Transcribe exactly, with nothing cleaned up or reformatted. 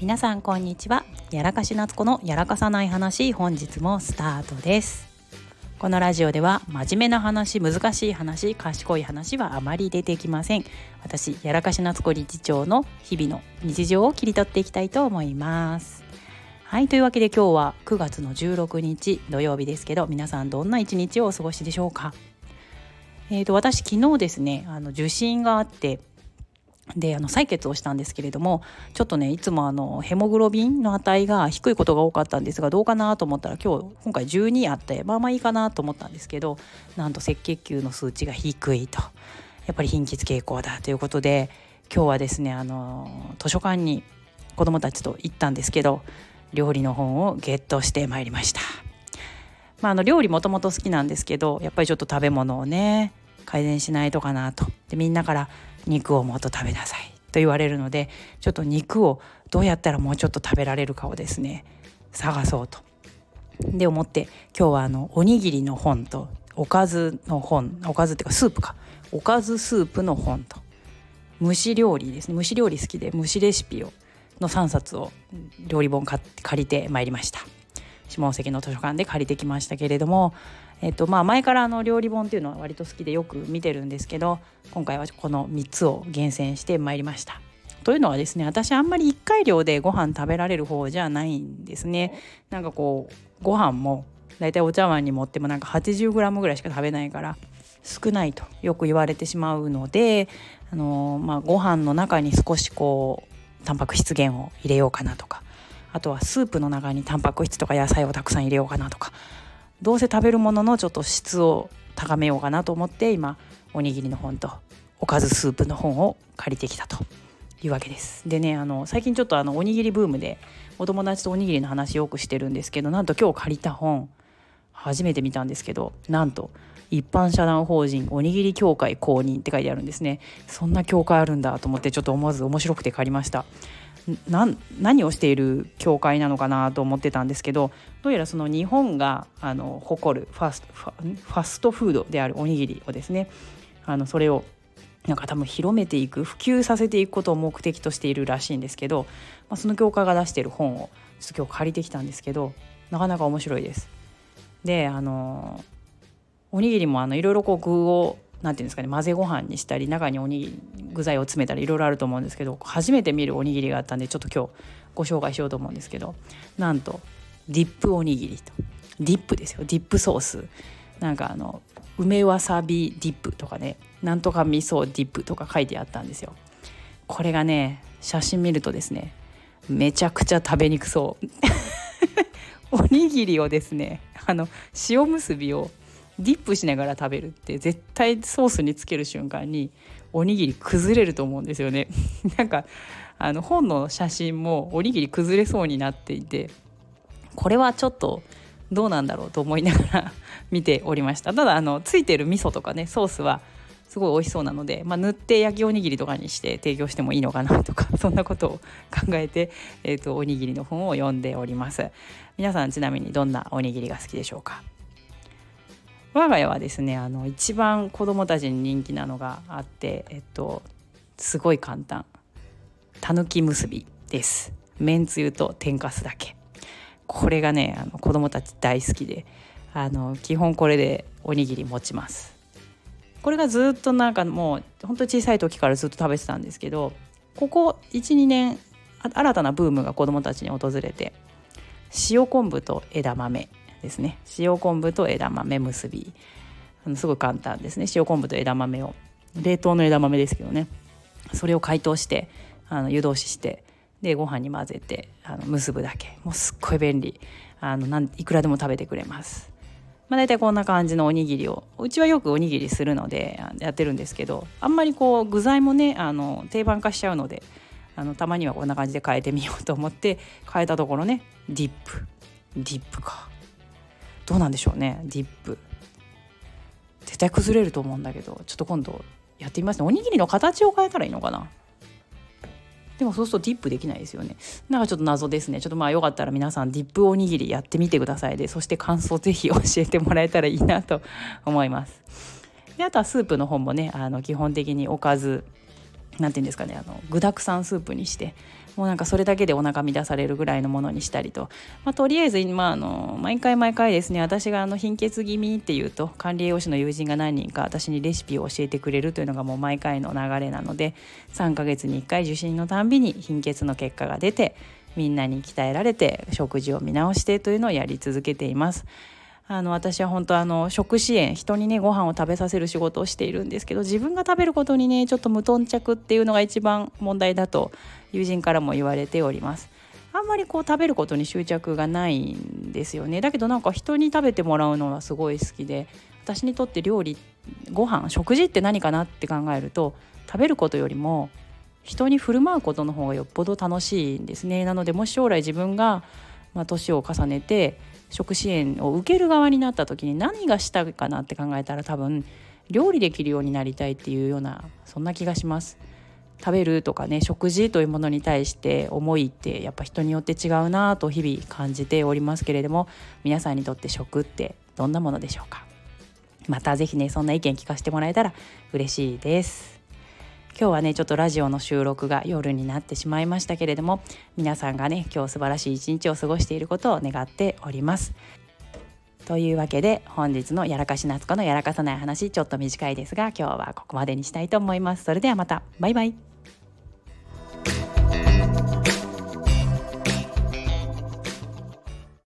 皆さんこんにちは。やらかし夏子のやらかさない話、本日もスタートです。このラジオでは真面目な話、難しい話、賢い話はあまり出てきません。私やらかし夏子理事長の日々の日常を切り取っていきたいと思います。はい、というわけで今日はくがつのじゅうろくにち土曜日ですけど、皆さんどんな一日をお過ごしでしょうか。えーと、私昨日ですねあの受診があってであの採血をしたんですけれども、ちょっとねいつもあのヘモグロビンの値が低いことが多かったんですが、どうかなと思ったら今日今回じゅうにあってまあまあいいかなと思ったんですけど、なんと赤血球の数値が低いと、やっぱり貧血傾向だということで、今日はですねあの図書館に子どもたちと行ったんですけど、料理の本をゲットしてまいりました。まあ、あの料理もともと好きなんですけど、やっぱりちょっと食べ物をね改善しないとかなと。でみんなから肉をもっと食べなさいと言われるので、ちょっと肉をどうやったらもうちょっと食べられるかをですね探そうとで思って、今日はあのおにぎりの本とおかずの本、おかずっていうかスープかおかずスープの本と蒸し料理ですね、蒸し料理好きで蒸しレシピをのさんさつを料理本借りてまいりました。下関の図書館で借りてきましたけれども、えっとまあ、前からあの料理本っていうのは割と好きでよく見てるんですけど、今回はこのみっつを厳選してまいりました。というのはですね、私あんまりいっかい量でご飯食べられる方じゃないんですね。なんかこうご飯もだいたいお茶碗に盛ってもなんか はちじゅうグラム ぐらいしか食べないから少ないとよく言われてしまうので、あのーまあ、ご飯の中に少しこうタンパク質源を入れようかなとか、あとはスープの中にタンパク質とか野菜をたくさん入れようかなとか、どうせ食べるもののちょっと質を高めようかなと思って、今おにぎりの本とおかずスープの本を借りてきたというわけです。でね、あの最近ちょっとあのおにぎりブームでお友達とおにぎりの話よくしてるんですけど、なんと今日借りた本初めて見たんですけど、なんと一般社団法人おにぎり協会公認って書いてあるんですね。そんな協会あるんだと思って、ちょっと思わず面白くて借りました。な何をしている協会なのかなと思ってたんですけど、どうやらその日本があの誇るファスト、ファ、ファストフードであるおにぎりをですね、あのそれをなんか多分広めていく、普及させていくことを目的としているらしいんですけど、まあ、その協会が出している本をちょっと今日借りてきたんですけど、なかなか面白いです。であのおにぎりもあのいろいろこう具をなんていうんですかね、混ぜご飯にしたり中におにぎり具材を詰めたりいろいろあると思うんですけど、初めて見るおにぎりがあったんでちょっと今日ご紹介しようと思うんですけど、なんとディップおにぎりと、ディップですよ、ディップソース、なんかあの梅わさびディップとかね、なんとか味噌ディップとか書いてあったんですよ。これがね写真見るとですね、めちゃくちゃ食べにくそうおにぎりをですね、あの塩むすびをディップしながら食べるって、絶対ソースにつける瞬間におにぎり崩れると思うんですよねなんかあの本の写真もおにぎり崩れそうになっていて、これはちょっとどうなんだろうと思いながら見ておりました。ただあのついてる味噌とかねソースはすごい美味しそうなので、まあ、塗って焼きおにぎりとかにして提供してもいいのかなとか、そんなことを考えて、えーと、おにぎりの本を読んでおります。皆さんちなみにどんなおにぎりが好きでしょうか。我が家はですね、あの一番子どもたちに人気なのがあって、えっとすごい簡単、たぬき結びです。めんつゆと天かすだけ。これがねあの子どもたち大好きで、あの基本これでおにぎり持ちます。これがずっとなんかもう本当に小さい時からずっと食べてたんですけど、ここ いちにねん新たなブームが子どもたちに訪れて、塩昆布と枝豆ですね、塩昆布と枝豆結び、あのすごい簡単ですね。塩昆布と枝豆を、冷凍の枝豆ですけどね、それを解凍してあの湯通しして、でご飯に混ぜてあの結ぶだけ。もうすっごい便利、あのなんいくらでも食べてくれます。まあ、大体こんな感じのおにぎりを、うちはよくおにぎりするのでやってるんですけど、あんまりこう具材もねあの定番化しちゃうので、あのたまにはこんな感じで変えてみようと思って変えたところね、ディップディップかどうなんでしょうね。ディップ絶対崩れると思うんだけど、ちょっと今度やってみますね。おにぎりの形を変えたらいいのかな。でもそうするとディップできないですよね。なんかちょっと謎ですね。ちょっとまあよかったら皆さんディップおにぎりやってみてください。でそして感想ぜひ教えてもらえたらいいなと思います。であとはスープの本もね、あの基本的におかずなんていうんですかね、あの具沢山スープにして、もうなんかそれだけでお腹満たされるぐらいのものにしたりと、まあ、とりあえず、まあ、あの毎回毎回ですね、私があの貧血気味っていうと管理栄養士の友人が何人か私にレシピを教えてくれるというのがもう毎回の流れなので、さんかげつにいっかい受診のたんびに貧血の結果が出て、みんなに鍛えられて食事を見直してというのをやり続けています。あの私は本当あの食支援、人にねご飯を食べさせる仕事をしているんですけど、自分が食べることにねちょっと無頓着っていうのが一番問題だと友人からも言われております。あんまりこう食べることに執着がないんですよね。だけどなんか人に食べてもらうのはすごい好きで、私にとって料理、ご飯、食事って何かなって考えると、食べることよりも人に振る舞うことの方がよっぽど楽しいんですね。なのでもし将来自分がまあ年を重ねて食支援を受ける側になった時に何がしたいかなって考えたら、多分料理できるようになりたいっていうような、そんな気がします。食べるとかね、食事というものに対して思いってやっぱ人によって違うなと日々感じておりますけれども、皆さんにとって食ってどんなものでしょうか。またぜひねそんな意見聞かせてもらえたら嬉しいです。今日はねちょっとラジオの収録が夜になってしまいましたけれども、皆さんがね今日素晴らしい一日を過ごしていることを願っております。というわけで本日のやらかし夏子のやらかさない話、ちょっと短いですが今日はここまでにしたいと思います。それではまた、バイバイ。